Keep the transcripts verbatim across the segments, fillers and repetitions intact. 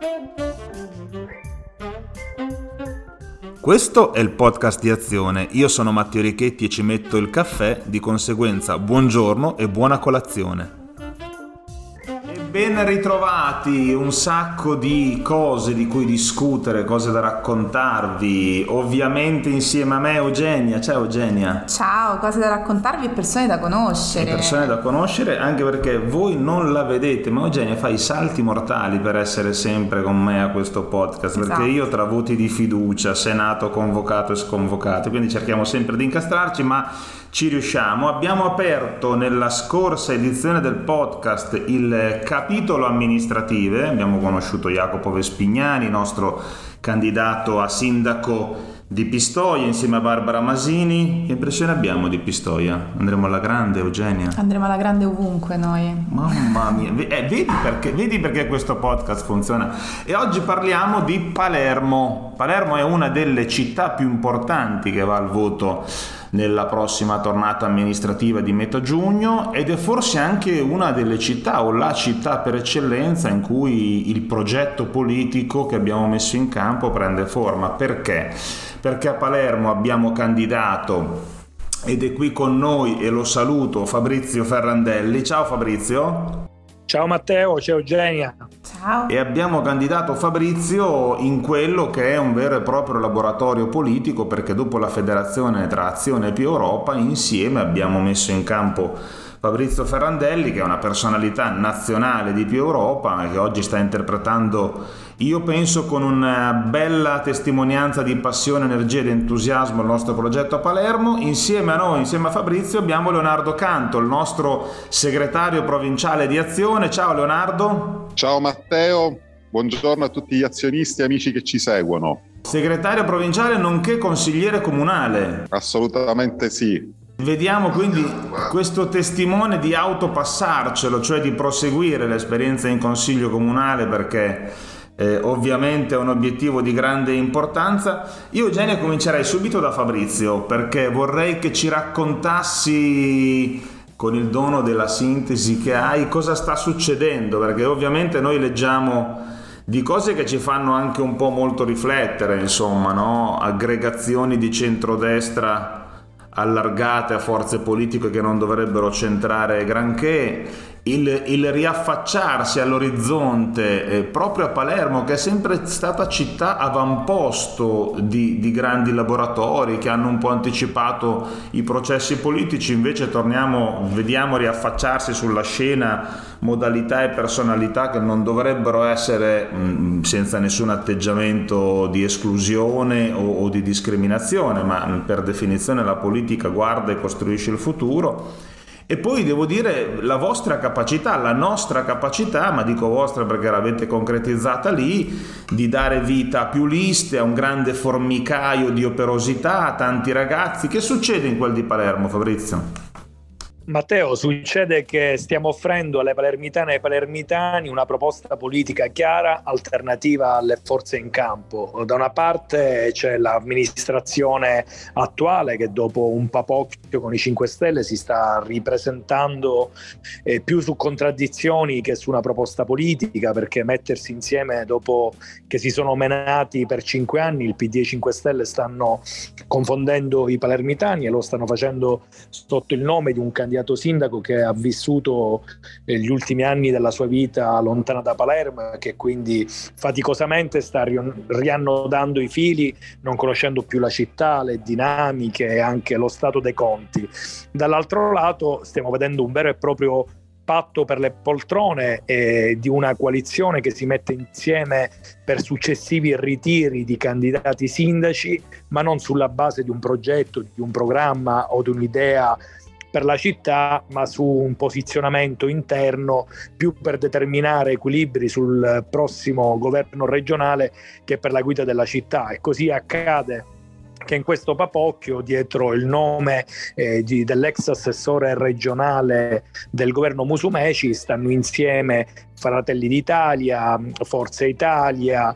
Questo è il podcast di Azione, io sono Matteo Richetti e ci metto il caffè, di conseguenza buongiorno e buona colazione. Ben ritrovati, un sacco di cose di cui discutere, cose da raccontarvi, ovviamente insieme a me Eugenia. Ciao Eugenia. Ciao, cose da raccontarvi e persone da conoscere. E persone da conoscere, anche perché voi non la vedete, ma Eugenia fa i salti mortali per essere sempre con me a questo podcast, Esatto. Perché io tra voti di fiducia, Senato convocato e sconvocato, quindi cerchiamo sempre di incastrarci, ma ci riusciamo. Abbiamo aperto nella scorsa edizione del podcast il capitolo amministrative, abbiamo conosciuto Jacopo Vespignani, nostro candidato a sindaco di Pistoia insieme a Barbara Masini. Che impressione abbiamo di Pistoia? Andremo alla grande, Eugenia? Andremo alla grande ovunque noi. Mamma mia, eh, vedi, perché, vedi perché questo podcast funziona. E oggi parliamo di Palermo. Palermo è una delle città più importanti che va al voto nella prossima tornata amministrativa di metà giugno ed è forse anche una delle città o la città per eccellenza in cui il progetto politico che abbiamo messo in campo prende forma. Perché? Perché a Palermo abbiamo candidato, ed è qui con noi e lo saluto, Fabrizio Ferrandelli. Ciao Fabrizio. Ciao Matteo, ciao Eugenia. Ciao. E abbiamo candidato Fabrizio in quello che è un vero e proprio laboratorio politico, perché dopo la federazione tra Azione e Più Europa, insieme abbiamo messo in campo Fabrizio Ferrandelli, che è una personalità nazionale di Più Europa e che oggi sta interpretando, io penso, con una bella testimonianza di passione, energia ed entusiasmo il nostro progetto a Palermo. Insieme a noi, insieme a Fabrizio, abbiamo Leonardo Canto, il nostro segretario provinciale di Azione. Ciao Leonardo. Ciao Matteo, buongiorno a tutti gli azionisti e amici che ci seguono. Segretario provinciale nonché consigliere comunale. Assolutamente sì. Vediamo quindi questo testimone di autopassarcelo, cioè di proseguire l'esperienza in consiglio comunale, perché eh, ovviamente è un obiettivo di grande importanza. Io, Eugenia, comincerei subito da Fabrizio, perché vorrei che ci raccontassi, con il dono della sintesi che hai, cosa sta succedendo, perché ovviamente noi leggiamo di cose che ci fanno anche un po' molto riflettere, insomma, no? Aggregazioni di centrodestra allargate a forze politiche che non dovrebbero centrare granché, il, il riaffacciarsi all'orizzonte eh, proprio a Palermo, che è sempre stata città avamposto di, di grandi laboratori che hanno un po' anticipato i processi politici. Invece torniamo, vediamo riaffacciarsi sulla scena modalità e personalità che non dovrebbero essere mh, senza nessun atteggiamento di esclusione o, o di discriminazione, ma mh, per definizione la politica guarda e costruisce il futuro. E poi devo dire la vostra capacità, la nostra capacità, ma dico vostra perché l'avete concretizzata lì, di dare vita a più liste, a un grande formicaio di operosità, a tanti ragazzi. Che succede in quel di Palermo, Fabrizio? Matteo, succede che stiamo offrendo alle palermitane e ai palermitani una proposta politica chiara, alternativa alle forze in campo. Da una parte c'è l'amministrazione attuale che dopo un papocchio con i cinque Stelle si sta ripresentando eh, più su contraddizioni che su una proposta politica, perché mettersi insieme dopo che si sono menati per cinque anni, il P D e i cinque Stelle stanno confondendo i palermitani e lo stanno facendo sotto il nome di un candidato sindaco che ha vissuto eh, gli ultimi anni della sua vita lontana da Palermo e che quindi faticosamente sta ri- riannodando i fili, non conoscendo più la città, le dinamiche e anche lo stato dei conti. Dall'altro lato stiamo vedendo un vero e proprio patto per le poltrone eh, di una coalizione che si mette insieme per successivi ritiri di candidati sindaci, ma non sulla base di un progetto, di un programma o di un'idea per la città, ma su un posizionamento interno più per determinare equilibri sul prossimo governo regionale che per la guida della città. E così accade che in questo papocchio, dietro il nome eh, di, dell'ex assessore regionale del governo Musumeci, stanno insieme Fratelli d'Italia, Forza Italia,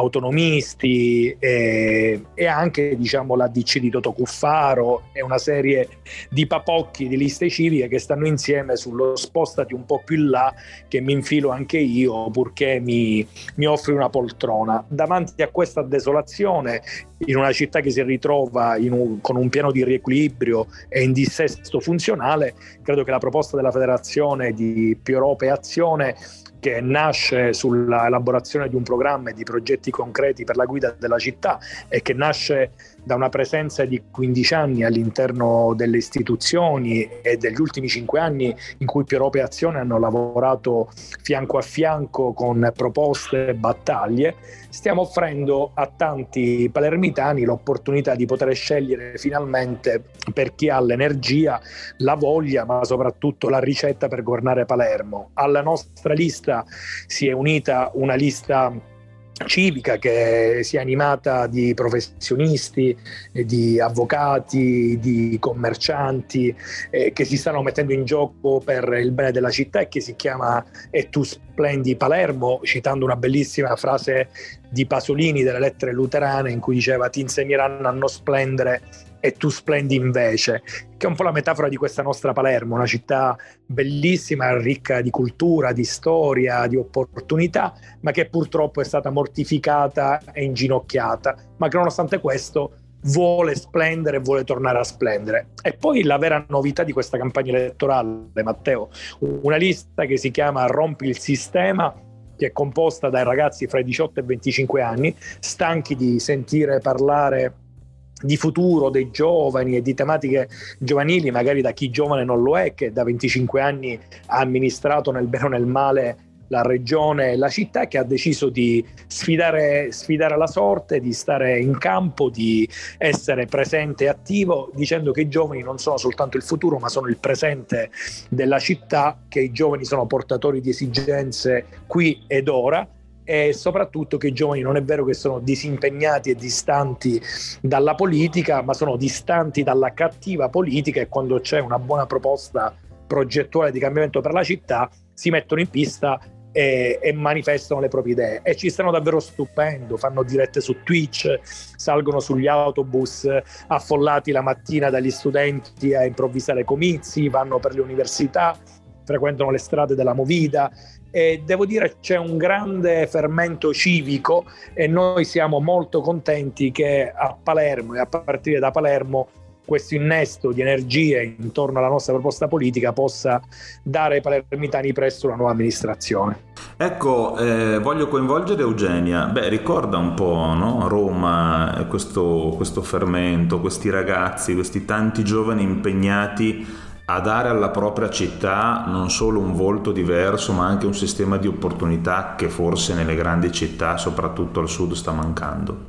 autonomisti eh, e anche, diciamo, la D C di Toto Cuffaro e una serie di papocchi di liste civiche che stanno insieme sullo spostati un po' più in là, che mi infilo anche io purché mi, mi offri una poltrona. Davanti a questa desolazione, in una città che si ritrova in un, con un piano di riequilibrio e in dissesto funzionale, credo che la proposta della Federazione di Più Europa e Azione, che nasce sulla elaborazione di un programma e di progetti concreti per la guida della città e che nasce da una presenza di quindici anni all'interno delle istituzioni e degli ultimi cinque anni in cui Più Europa e Azione hanno lavorato fianco a fianco con proposte e battaglie, stiamo offrendo a tanti palermitani l'opportunità di poter scegliere finalmente, per chi ha l'energia, la voglia, ma soprattutto la ricetta per governare Palermo. Alla nostra lista si è unita una lista civica che si è animata di professionisti, di avvocati, di commercianti eh, che si stanno mettendo in gioco per il bene della città e che si chiama E tu splendi Palermo, citando una bellissima frase di Pasolini delle Lettere Luterane in cui diceva: ti insegneranno a non splendere e tu splendi invece, che è un po' la metafora di questa nostra Palermo, una città bellissima, ricca di cultura, di storia, di opportunità, ma che purtroppo è stata mortificata e inginocchiata, ma che nonostante questo vuole splendere e vuole tornare a splendere. E poi la vera novità di questa campagna elettorale, Matteo, una lista che si chiama Rompi il Sistema, che è composta dai ragazzi fra i diciotto e i venticinque anni, stanchi di sentire parlare di futuro dei giovani e di tematiche giovanili, magari da chi giovane non lo è, che da venticinque anni ha amministrato nel bene o nel male la regione e la città, che ha deciso di sfidare, sfidare la sorte, di stare in campo, di essere presente e attivo, dicendo che i giovani non sono soltanto il futuro, ma sono il presente della città, che i giovani sono portatori di esigenze qui ed ora, e soprattutto che i giovani non è vero che sono disimpegnati e distanti dalla politica, ma sono distanti dalla cattiva politica, e quando c'è una buona proposta progettuale di cambiamento per la città si mettono in pista e, e manifestano le proprie idee, e ci stanno davvero stupendo. Fanno dirette su Twitch, salgono sugli autobus affollati la mattina dagli studenti a improvvisare comizi, vanno per le università, frequentano le strade della Movida, e devo dire c'è un grande fermento civico, e noi siamo molto contenti che a Palermo e a partire da Palermo questo innesto di energie intorno alla nostra proposta politica possa dare ai palermitani presto una nuova amministrazione. Ecco, eh, voglio coinvolgere Eugenia. Beh, ricorda un po', no? Roma, questo, questo fermento, questi ragazzi, questi tanti giovani impegnati a dare alla propria città non solo un volto diverso, ma anche un sistema di opportunità che forse nelle grandi città, soprattutto al sud, sta mancando.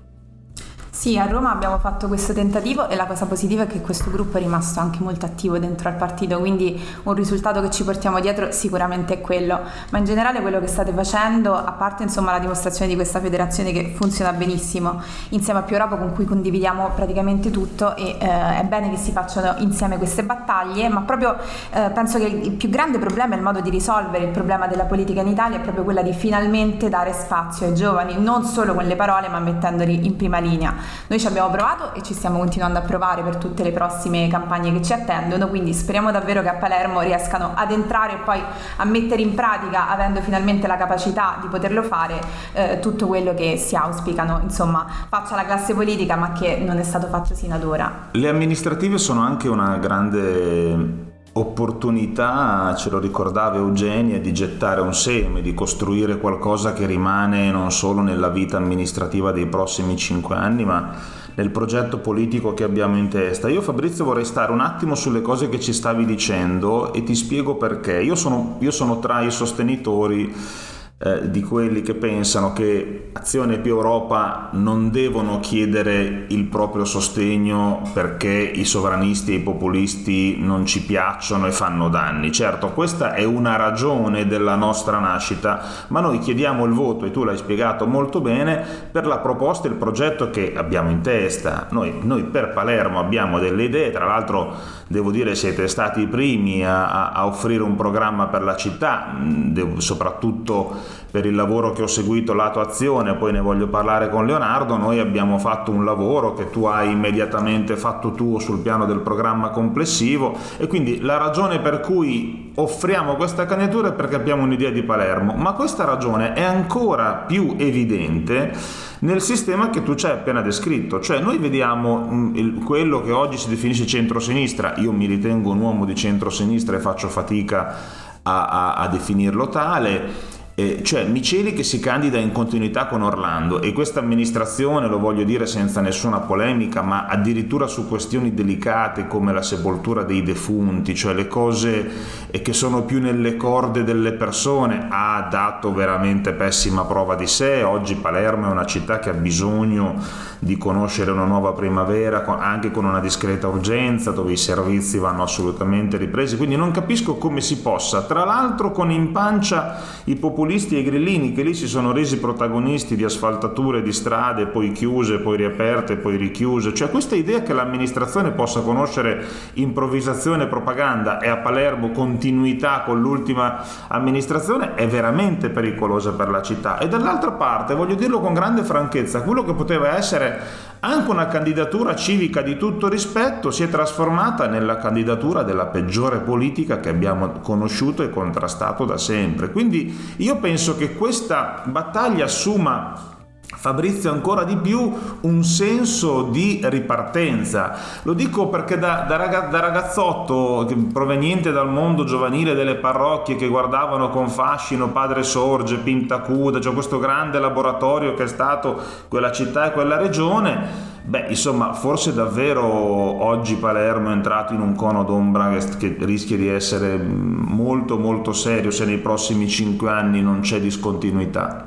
Sì, a Roma abbiamo fatto questo tentativo, e la cosa positiva è che questo gruppo è rimasto anche molto attivo dentro al partito, quindi un risultato che ci portiamo dietro sicuramente è quello. Ma in generale quello che state facendo, a parte insomma la dimostrazione di questa federazione che funziona benissimo insieme a Più Europa, con cui condividiamo praticamente tutto, e eh, è bene che si facciano insieme queste battaglie, ma proprio eh, penso che il più grande problema, il modo di risolvere il problema della politica in Italia, è proprio quella di finalmente dare spazio ai giovani, non solo con le parole ma mettendoli in prima linea. Noi ci abbiamo provato e ci stiamo continuando a provare per tutte le prossime campagne che ci attendono, quindi speriamo davvero che a Palermo riescano ad entrare e poi a mettere in pratica, avendo finalmente la capacità di poterlo fare, eh, tutto quello che si auspicano, insomma, faccia la classe politica, ma che non è stato fatto sino ad ora. Le amministrative sono anche una grande opportunità, ce lo ricordava Eugenia, di gettare un seme, di costruire qualcosa che rimane non solo nella vita amministrativa dei prossimi cinque anni, ma nel progetto politico che abbiamo in testa. Io, Fabrizio, vorrei stare un attimo sulle cose che ci stavi dicendo e ti spiego perché. Io sono, io sono tra i sostenitori eh, di quelli che pensano che Azione più Europa non devono chiedere il proprio sostegno perché i sovranisti e i populisti non ci piacciono e fanno danni. Certo, questa è una ragione della nostra nascita, ma noi chiediamo il voto, e tu l'hai spiegato molto bene, per la proposta e il progetto che abbiamo in testa. Noi, noi per Palermo abbiamo delle idee, tra l'altro devo dire siete stati i primi a, a offrire un programma per la città, devo, soprattutto per il lavoro che ho seguito lato Azione, poi ne voglio parlare con Leonardo. Noi abbiamo fatto un lavoro che tu hai immediatamente fatto tuo sul piano del programma complessivo, e quindi la ragione per cui offriamo questa candidatura è perché abbiamo un'idea di Palermo, ma questa ragione è ancora più evidente nel sistema che tu ci hai appena descritto. Cioè noi vediamo mh, il, quello che oggi si definisce centrosinistra. Io mi ritengo un uomo di centrosinistra e faccio fatica a, a, a definirlo tale. Eh, cioè Miceli che si candida in continuità con Orlando, e questa amministrazione, lo voglio dire senza nessuna polemica, ma addirittura su questioni delicate come la sepoltura dei defunti, cioè le cose che sono più nelle corde delle persone, ha dato veramente pessima prova di sé. Oggi Palermo è una città che ha bisogno di conoscere una nuova primavera, anche con una discreta urgenza, dove i servizi vanno assolutamente ripresi. Quindi non capisco come si possa, tra l'altro con in pancia i populisti e i grillini, che lì si sono resi protagonisti di asfaltature di strade poi chiuse, poi riaperte, poi richiuse. Cioè questa idea che l'amministrazione possa conoscere improvvisazione e propaganda e a Palermo continuità con l'ultima amministrazione è veramente pericolosa per la città. E dall'altra parte, voglio dirlo con grande franchezza, quello che poteva essere anche una candidatura civica di tutto rispetto si è trasformata nella candidatura della peggiore politica che abbiamo conosciuto e contrastato da sempre. Quindi io penso che questa battaglia assuma, Fabrizio, ancora di più un senso di ripartenza. Lo dico perché da, da, ragaz, da ragazzotto proveniente dal mondo giovanile delle parrocchie che guardavano con fascino Padre Sorge, Pintacuda, cioè questo grande laboratorio che è stato quella città e quella regione, beh, insomma, forse davvero oggi Palermo è entrato in un cono d'ombra che, che rischia di essere molto molto serio se nei prossimi cinque anni non c'è discontinuità.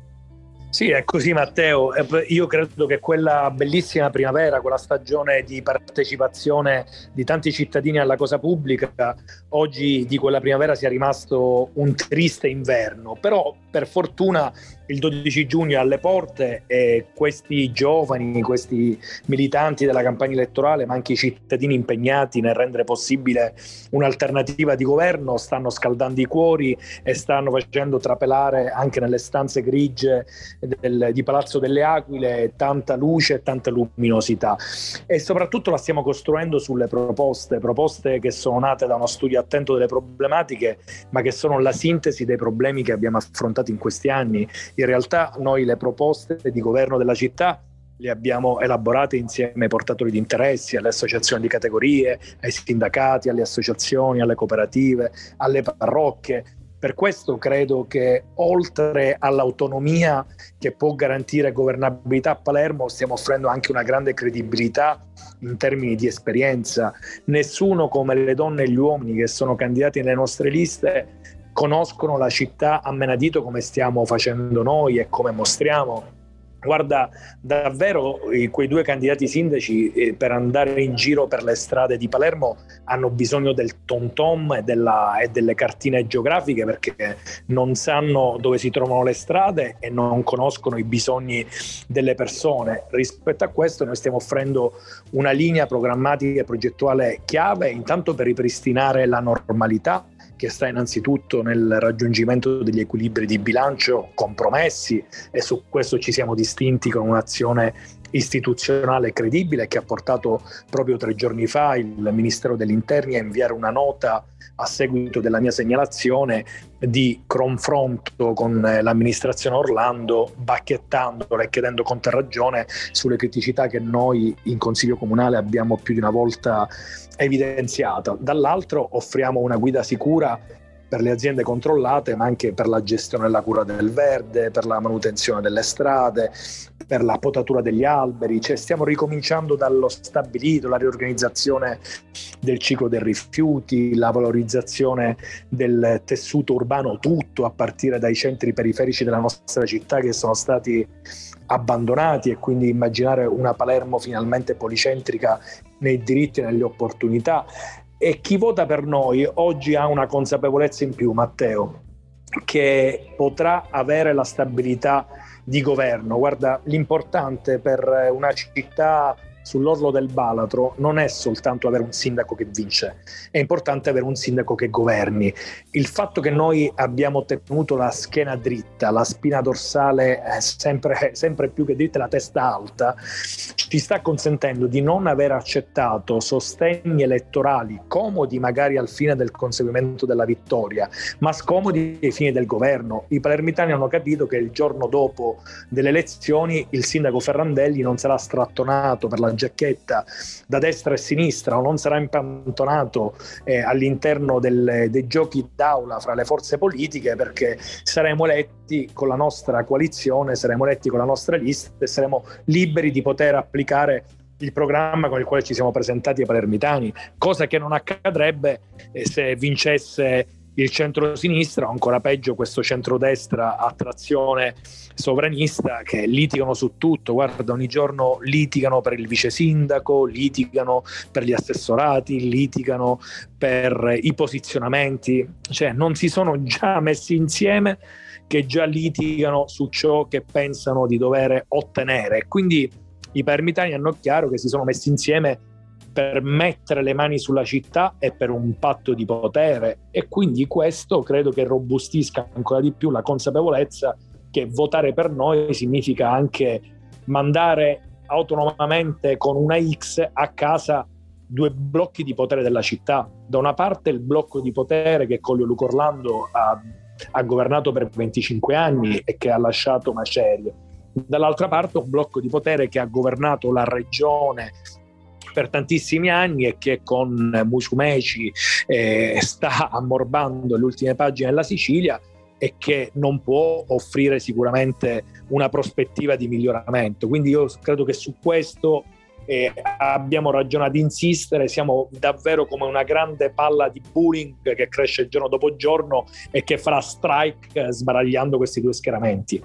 Sì, è così, Matteo. Io credo che quella bellissima primavera, quella stagione di partecipazione di tanti cittadini alla cosa pubblica, oggi di quella primavera sia rimasto un triste inverno. Però per fortuna il dodici giugno è alle porte e questi giovani, questi militanti della campagna elettorale, ma anche i cittadini impegnati nel rendere possibile un'alternativa di governo, stanno scaldando i cuori e stanno facendo trapelare anche nelle stanze grigie del, di Palazzo delle Aquile tanta luce e tanta luminosità. E soprattutto la stiamo costruendo sulle proposte, proposte che sono nate da uno studio attento delle problematiche, ma che sono la sintesi dei problemi che abbiamo affrontato in questi anni. In realtà noi le proposte di governo della città le abbiamo elaborate insieme ai portatori di interessi, alle associazioni di categorie, ai sindacati, alle associazioni, alle cooperative, alle parrocchie. Per questo credo che oltre all'autonomia che può garantire governabilità a Palermo, stiamo offrendo anche una grande credibilità in termini di esperienza. Nessuno come le donne e gli uomini che sono candidati nelle nostre liste conoscono la città a menadito come stiamo facendo noi e come mostriamo. Guarda, davvero quei due candidati sindaci eh, per andare in giro per le strade di Palermo hanno bisogno del tom tom e, della, e delle cartine geografiche, perché non sanno dove si trovano le strade e non conoscono i bisogni delle persone. Rispetto a questo noi stiamo offrendo una linea programmatica e progettuale chiave, intanto per ripristinare la normalità, che sta innanzitutto nel raggiungimento degli equilibri di bilancio compromessi, e su questo ci siamo distinti con un'azione istituzionale credibile che ha portato proprio tre giorni fa il Ministero degli Interni a inviare una nota a seguito della mia segnalazione di confronto con l'amministrazione Orlando, bacchettandola e chiedendo conto e ragione sulle criticità che noi in Consiglio Comunale abbiamo più di una volta evidenziato. Dall'altro offriamo una guida sicura per le aziende controllate, ma anche per la gestione e la cura del verde, per la manutenzione delle strade, per la potatura degli alberi. Cioè stiamo ricominciando dallo stabilito, la riorganizzazione del ciclo dei rifiuti, la valorizzazione del tessuto urbano, tutto a partire dai centri periferici della nostra città che sono stati abbandonati, e quindi immaginare una Palermo finalmente policentrica nei diritti e nelle opportunità. E chi vota per noi oggi ha una consapevolezza in più, Matteo, che potrà avere la stabilità di governo. Guarda, l'importante per una città sull'orlo del baratro non è soltanto avere un sindaco che vince, è importante avere un sindaco che governi. Il fatto che noi abbiamo tenuto la schiena dritta, la spina dorsale sempre, sempre più che dritta, la testa alta, ci sta consentendo di non aver accettato sostegni elettorali comodi magari al fine del conseguimento della vittoria, ma scomodi ai fini del governo. I palermitani hanno capito che il giorno dopo delle elezioni il sindaco Ferrandelli non sarà strattonato per la giacchetta da destra e sinistra, o non sarà impantonato eh, all'interno del, dei giochi d'aula fra le forze politiche, perché saremo eletti con la nostra coalizione, saremo eletti con la nostra lista e saremo liberi di poter applicare il programma con il quale ci siamo presentati ai palermitani, cosa che non accadrebbe eh, se vincesse il centro-sinistra, o ancora peggio questo centrodestra a trazione sovranista, che litigano su tutto. Guarda, ogni giorno litigano per il vice sindaco, litigano per gli assessorati, litigano per i posizionamenti, cioè non si sono già messi insieme che già litigano su ciò che pensano di dover ottenere. Quindi i palermitani hanno chiaro che si sono messi insieme per mettere le mani sulla città e per un patto di potere, e quindi questo credo che robustisca ancora di più la consapevolezza che votare per noi significa anche mandare autonomamente con una X a casa due blocchi di potere della città. Da una parte il blocco di potere che Collio Luca Orlando ha, ha governato per venticinque anni e che ha lasciato macerie, dall'altra parte un blocco di potere che ha governato la regione per tantissimi anni e che con Musumeci eh, sta ammorbando le ultime pagine della Sicilia, e che non può offrire sicuramente una prospettiva di miglioramento. Quindi io credo che su questo eh, abbiamo ragione ad insistere. Siamo davvero come una grande palla di bowling che cresce giorno dopo giorno e che farà strike sbaragliando questi due schieramenti.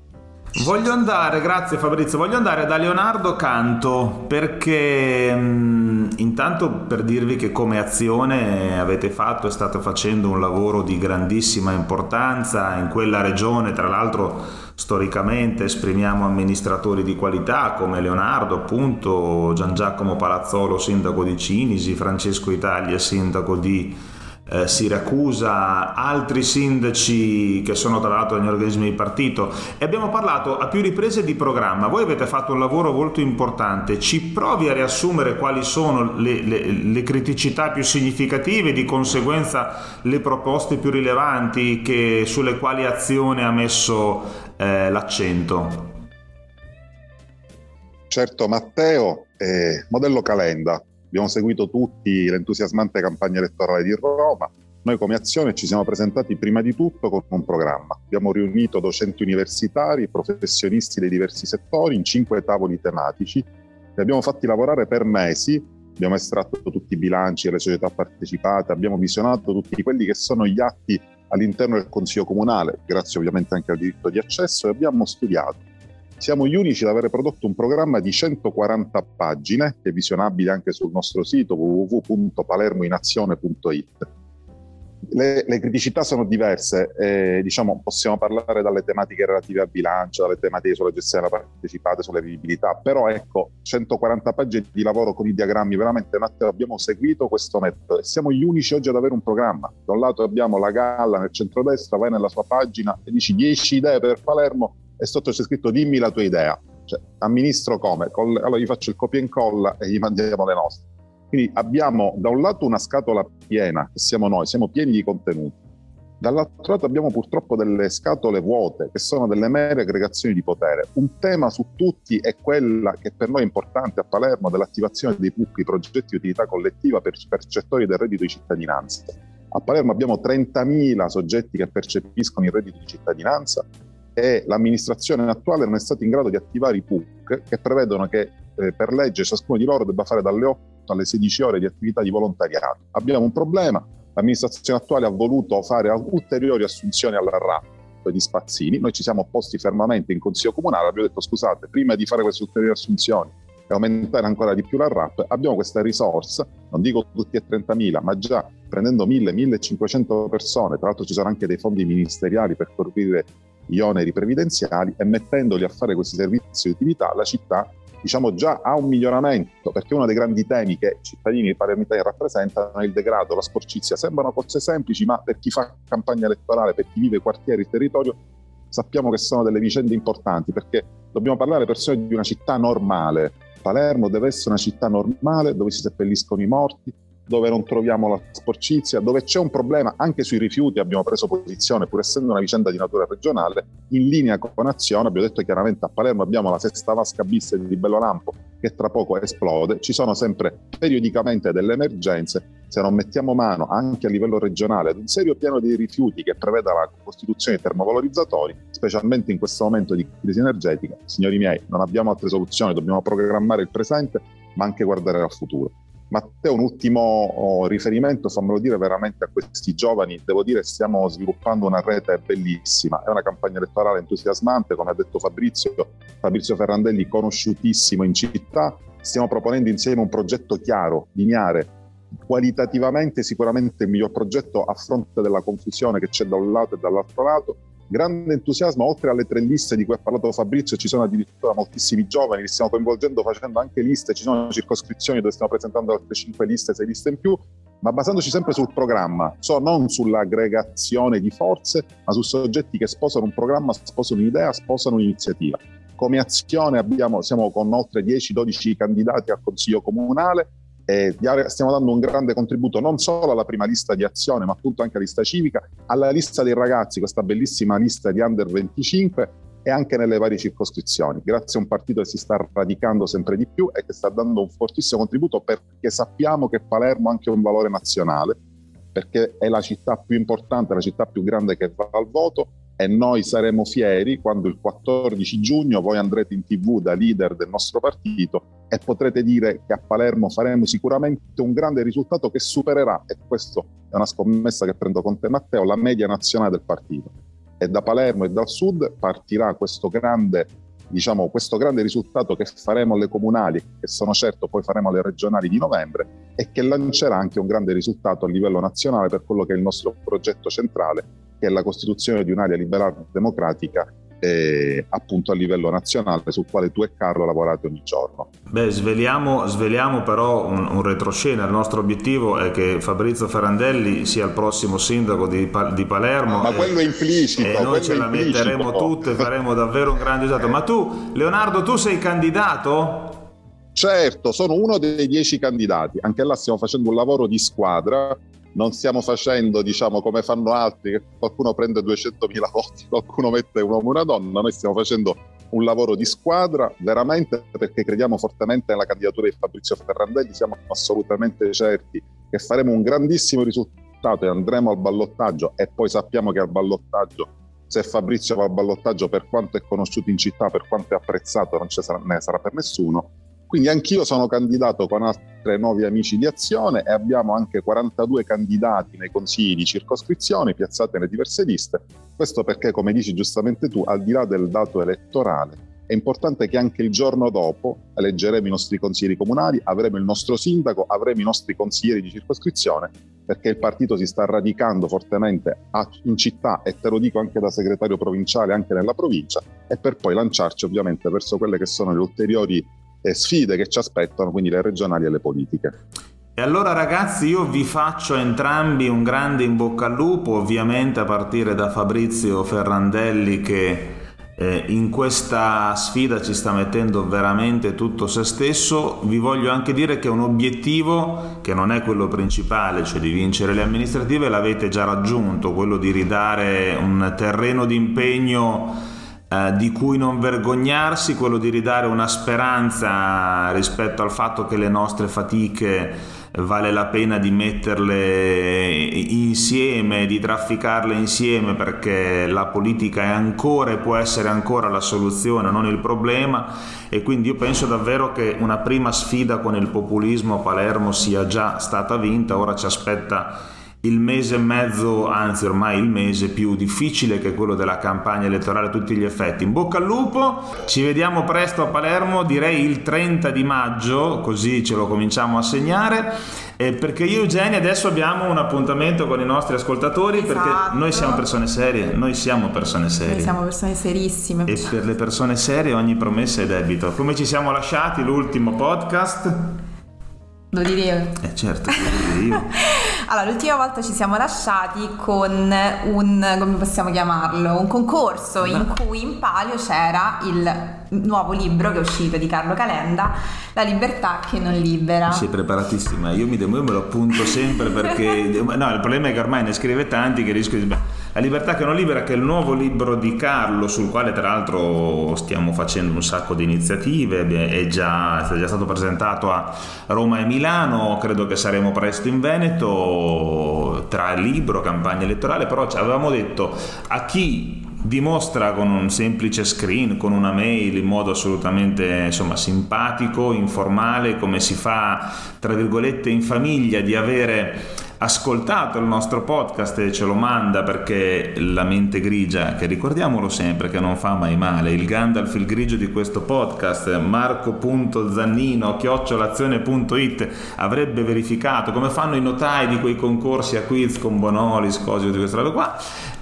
Voglio andare, grazie Fabrizio, voglio andare da Leonardo Canto, perché mh, intanto per dirvi che come Azione avete fatto e state facendo un lavoro di grandissima importanza in quella regione. Tra l'altro storicamente esprimiamo amministratori di qualità come Leonardo, appunto, Gian Giacomo Palazzolo, sindaco di Cinisi, Francesco Italia, sindaco di Eh, Siracusa, altri sindaci che sono tra l'altro negli organismi di partito, e abbiamo parlato a più riprese di programma. Voi avete fatto un lavoro molto importante, ci provi a riassumere quali sono le, le, le criticità più significative e di conseguenza le proposte più rilevanti che, sulle quali Azione ha messo eh, l'accento? Certo Matteo, eh, modello Calenda. Abbiamo seguito tutti l'entusiasmante campagna elettorale di Roma. Noi come Azione ci siamo presentati prima di tutto con un programma. Abbiamo riunito docenti universitari, professionisti dei diversi settori in cinque tavoli tematici. Li abbiamo fatti lavorare per mesi. Abbiamo estratto tutti i bilanci delle società partecipate, abbiamo visionato tutti quelli che sono gli atti all'interno del Consiglio Comunale, grazie ovviamente anche al diritto di accesso, e abbiamo studiato. Siamo gli unici ad avere prodotto un programma di centoquaranta pagine, che è visionabile anche sul nostro sito w w w punto palermoinazione punto i t. Le, le criticità sono diverse, eh, diciamo, possiamo parlare dalle tematiche relative al bilancio, dalle tematiche sulla gestione della partecipata, sulle vivibilità, però ecco, centoquaranta pagine di lavoro con i diagrammi, veramente Matteo, abbiamo seguito questo metodo e siamo gli unici oggi ad avere un programma. Da un lato abbiamo la Galla nel centrodestra, vai nella sua pagina e dici dieci idee per Palermo, e sotto c'è scritto dimmi la tua idea, cioè amministro come? Col, allora gli faccio il copia e incolla e gli mandiamo le nostre. Quindi abbiamo da un lato una scatola piena, che siamo noi, siamo pieni di contenuti, dall'altro lato abbiamo purtroppo delle scatole vuote, che sono delle mere aggregazioni di potere. Un tema su tutti è quella che per noi è importante a Palermo, dell'attivazione dei P U C, i progetti di utilità collettiva per percettori del reddito di cittadinanza. A Palermo abbiamo trentamila soggetti che percepiscono il reddito di cittadinanza e l'amministrazione attuale non è stata in grado di attivare i P U C che prevedono che eh, per legge ciascuno di loro debba fare dalle otto alle sedici ore di attività di volontariato. Abbiamo un problema, l'amministrazione attuale ha voluto fare ulteriori assunzioni alla R A P di spazzini, noi ci siamo opposti fermamente in Consiglio Comunale, abbiamo detto scusate, prima di fare queste ulteriori assunzioni e aumentare ancora di più la R A P, abbiamo questa risorsa, non dico tutti e trentamila, ma già prendendo mille millecinquecento persone, tra l'altro ci sono anche dei fondi ministeriali per coprire gli oneri previdenziali, e mettendoli a fare questi servizi di utilità, la città diciamo già ha un miglioramento, perché uno dei grandi temi che i cittadini palermitani rappresentano è il degrado, la sporcizia. Sembrano cose semplici, ma per chi fa campagna elettorale, per chi vive i quartieri, il territorio, sappiamo che sono delle vicende importanti, perché dobbiamo parlare alle persone di una città normale. Palermo deve essere una città normale, dove si seppelliscono i morti, dove non troviamo la sporcizia, dove c'è un problema anche sui rifiuti. Abbiamo preso posizione, pur essendo una vicenda di natura regionale, in linea con Azione. Abbiamo detto chiaramente a Palermo abbiamo la sesta vasca bis di Bellolampo che tra poco esplode, ci sono sempre periodicamente delle emergenze. Se non mettiamo mano anche a livello regionale ad un serio piano dei rifiuti che preveda la costituzione di termovalorizzatori, specialmente in questo momento di crisi energetica, signori miei, non abbiamo altre soluzioni, dobbiamo programmare il presente ma anche guardare al futuro. Matteo, un ultimo oh, riferimento, fammelo dire veramente a questi giovani. Devo dire stiamo sviluppando una rete bellissima, è una campagna elettorale entusiasmante, come ha detto Fabrizio, Fabrizio Ferrandelli, conosciutissimo in città. Stiamo proponendo insieme un progetto chiaro, lineare, qualitativamente sicuramente il miglior progetto a fronte della confusione che c'è da un lato e dall'altro lato. Grande entusiasmo, oltre alle tre liste di cui ha parlato Fabrizio ci sono addirittura moltissimi giovani, li stiamo coinvolgendo facendo anche liste, ci sono circoscrizioni dove stiamo presentando altre cinque liste, sei liste in più, ma basandoci sempre sul programma, so, non sull'aggregazione di forze, ma su soggetti che sposano un programma, sposano un'idea, sposano un'iniziativa. Come Azione abbiamo, siamo con oltre dieci dodici candidati al Consiglio Comunale, e stiamo dando un grande contributo non solo alla prima lista di Azione, ma appunto anche alla lista civica, alla lista dei ragazzi, questa bellissima lista di under venticinque, e anche nelle varie circoscrizioni, grazie a un partito che si sta radicando sempre di più e che sta dando un fortissimo contributo, perché sappiamo che Palermo ha anche un valore nazionale, perché è la città più importante, la città più grande che va al voto, e noi saremo fieri quando il quattordici giugno voi andrete in tivù da leader del nostro partito e potrete dire che a Palermo faremo sicuramente un grande risultato che supererà, e questa è una scommessa che prendo con te Matteo, la media nazionale del partito. E da Palermo e dal sud partirà questo grande, diciamo, questo grande risultato che faremo alle comunali, che sono certo poi faremo alle regionali di novembre, e che lancerà anche un grande risultato a livello nazionale per quello che è il nostro progetto centrale, che è la costituzione di un'area liberale democratica eh, appunto a livello nazionale, sul quale tu e Carlo lavorate ogni giorno. Beh, sveliamo, sveliamo però un, un retroscena. Il nostro obiettivo è che Fabrizio Ferrandelli sia il prossimo sindaco di, di Palermo. Ma e, quello è implicito. E noi ce la implicito. metteremo tutte, faremo davvero un grande risultato. Ma tu, Leonardo, tu sei candidato? Certo, sono uno dei dieci candidati. Anche là stiamo facendo un lavoro di squadra. Non stiamo facendo, diciamo, come fanno altri, che qualcuno prende duecentomila voti, qualcuno mette un uomo e una donna. Noi stiamo facendo un lavoro di squadra, veramente, perché crediamo fortemente nella candidatura di Fabrizio Ferrandelli. Siamo assolutamente certi che faremo un grandissimo risultato e andremo al ballottaggio, e poi sappiamo che al ballottaggio, se Fabrizio va al ballottaggio, per quanto è conosciuto in città, per quanto è apprezzato, non ce ne sarà per nessuno. Quindi anch'io sono candidato con altri nuovi amici di Azione, e abbiamo anche quarantadue candidati nei consigli di circoscrizione piazzati nelle diverse liste. Questo perché, come dici giustamente tu, al di là del dato elettorale, è importante che anche il giorno dopo eleggeremo i nostri consiglieri comunali, avremo il nostro sindaco, avremo i nostri consiglieri di circoscrizione, perché il partito si sta radicando fortemente in città, e te lo dico anche da segretario provinciale, anche nella provincia, e per poi lanciarci ovviamente verso quelle che sono le ulteriori sfide che ci aspettano, quindi le regionali e le politiche. E allora ragazzi, io vi faccio entrambi un grande in bocca al lupo, ovviamente a partire da Fabrizio Ferrandelli, che eh, in questa sfida ci sta mettendo veramente tutto se stesso. Vi voglio anche dire che un obiettivo che non è quello principale, cioè di vincere le amministrative, l'avete già raggiunto, quello di ridare un terreno di impegno Eh, di cui non vergognarsi, quello di ridare una speranza rispetto al fatto che le nostre fatiche vale la pena di metterle insieme, di trafficarle insieme, perché la politica è ancora e può essere ancora la soluzione, non il problema. E quindi io penso davvero che una prima sfida con il populismo a Palermo sia già stata vinta. Ora ci aspetta il mese e mezzo, anzi ormai il mese più difficile, che è quello della campagna elettorale a tutti gli effetti. In bocca al lupo, ci vediamo presto a Palermo, direi il trenta di maggio, così ce lo cominciamo a segnare, eh, perché io e Eugenia adesso abbiamo un appuntamento con i nostri ascoltatori. Esatto. Perché noi siamo persone serie, noi siamo persone serie. Noi siamo persone serissime. E per le persone serie ogni promessa è debito. Come ci siamo lasciati l'ultimo podcast? Lo direi io. Eh certo, lo direi io. Allora, l'ultima volta ci siamo lasciati con un, come possiamo chiamarlo, un concorso in cui in palio c'era il nuovo libro che è uscito di Carlo Calenda, La libertà che non libera. Sei preparatissima, io mi devo, io me lo appunto sempre perché no, il problema è che ormai ne scrive tanti che rischio di... La libertà che non libera, che è il nuovo libro di Carlo, sul quale tra l'altro stiamo facendo un sacco di iniziative, è già, è già stato presentato a Roma e Milano, credo che saremo presto in Veneto, tra libro, campagna elettorale, però ci avevamo detto a chi dimostra con un semplice screen, con una mail, in modo assolutamente insomma simpatico, informale, come si fa tra virgolette in famiglia, di avere ascoltato il nostro podcast e ce lo manda, perché la mente grigia, che ricordiamolo sempre che non fa mai male, il Gandalf il grigio di questo podcast, marco punto zannino chiocciolazione punto it, avrebbe verificato, come fanno i notai di quei concorsi a quiz con Bonolis, cose di questa roba qua.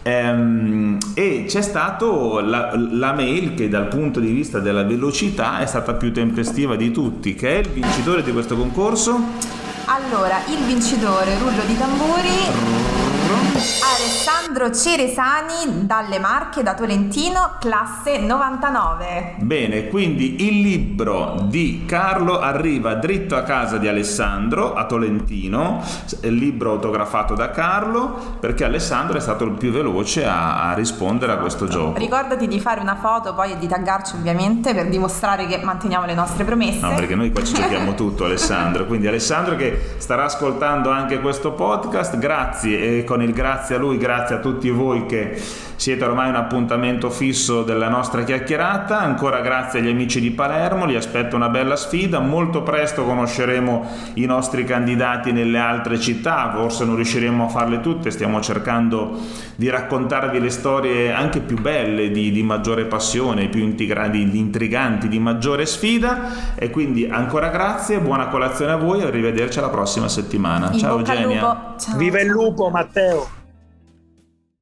Ehm, e c'è stato la, la mail che dal punto di vista della velocità è stata più tempestiva di tutti, che è il vincitore di questo concorso. Allora, il vincitore, rullo di tamburi, Alessandro Ceresani, dalle Marche, da Tolentino, classe novantanove. Bene, quindi il libro di Carlo arriva dritto a casa di Alessandro a Tolentino, il libro autografato da Carlo, perché Alessandro è stato il più veloce a, a rispondere a questo gioco. Ricordati di fare una foto poi e di taggarci ovviamente, per dimostrare che manteniamo le nostre promesse. No, perché noi qua ci giochiamo tutto, Alessandro. Quindi Alessandro, che starà ascoltando anche questo podcast, grazie, e con il grazie a lui, grazie a tutti voi che siete ormai un appuntamento fisso della nostra chiacchierata. Ancora grazie agli amici di Palermo, li aspetta una bella sfida. Molto presto conosceremo i nostri candidati nelle altre città, forse non riusciremo a farle tutte, stiamo cercando di raccontarvi le storie anche più belle, di, di maggiore passione, più intriganti, di intriganti, di maggiore sfida. E quindi ancora grazie, buona colazione a voi e arrivederci alla prossima settimana. In ciao bocca al Eugenia. lupo. Ciao, Viva il ciao. lupo, Matteo.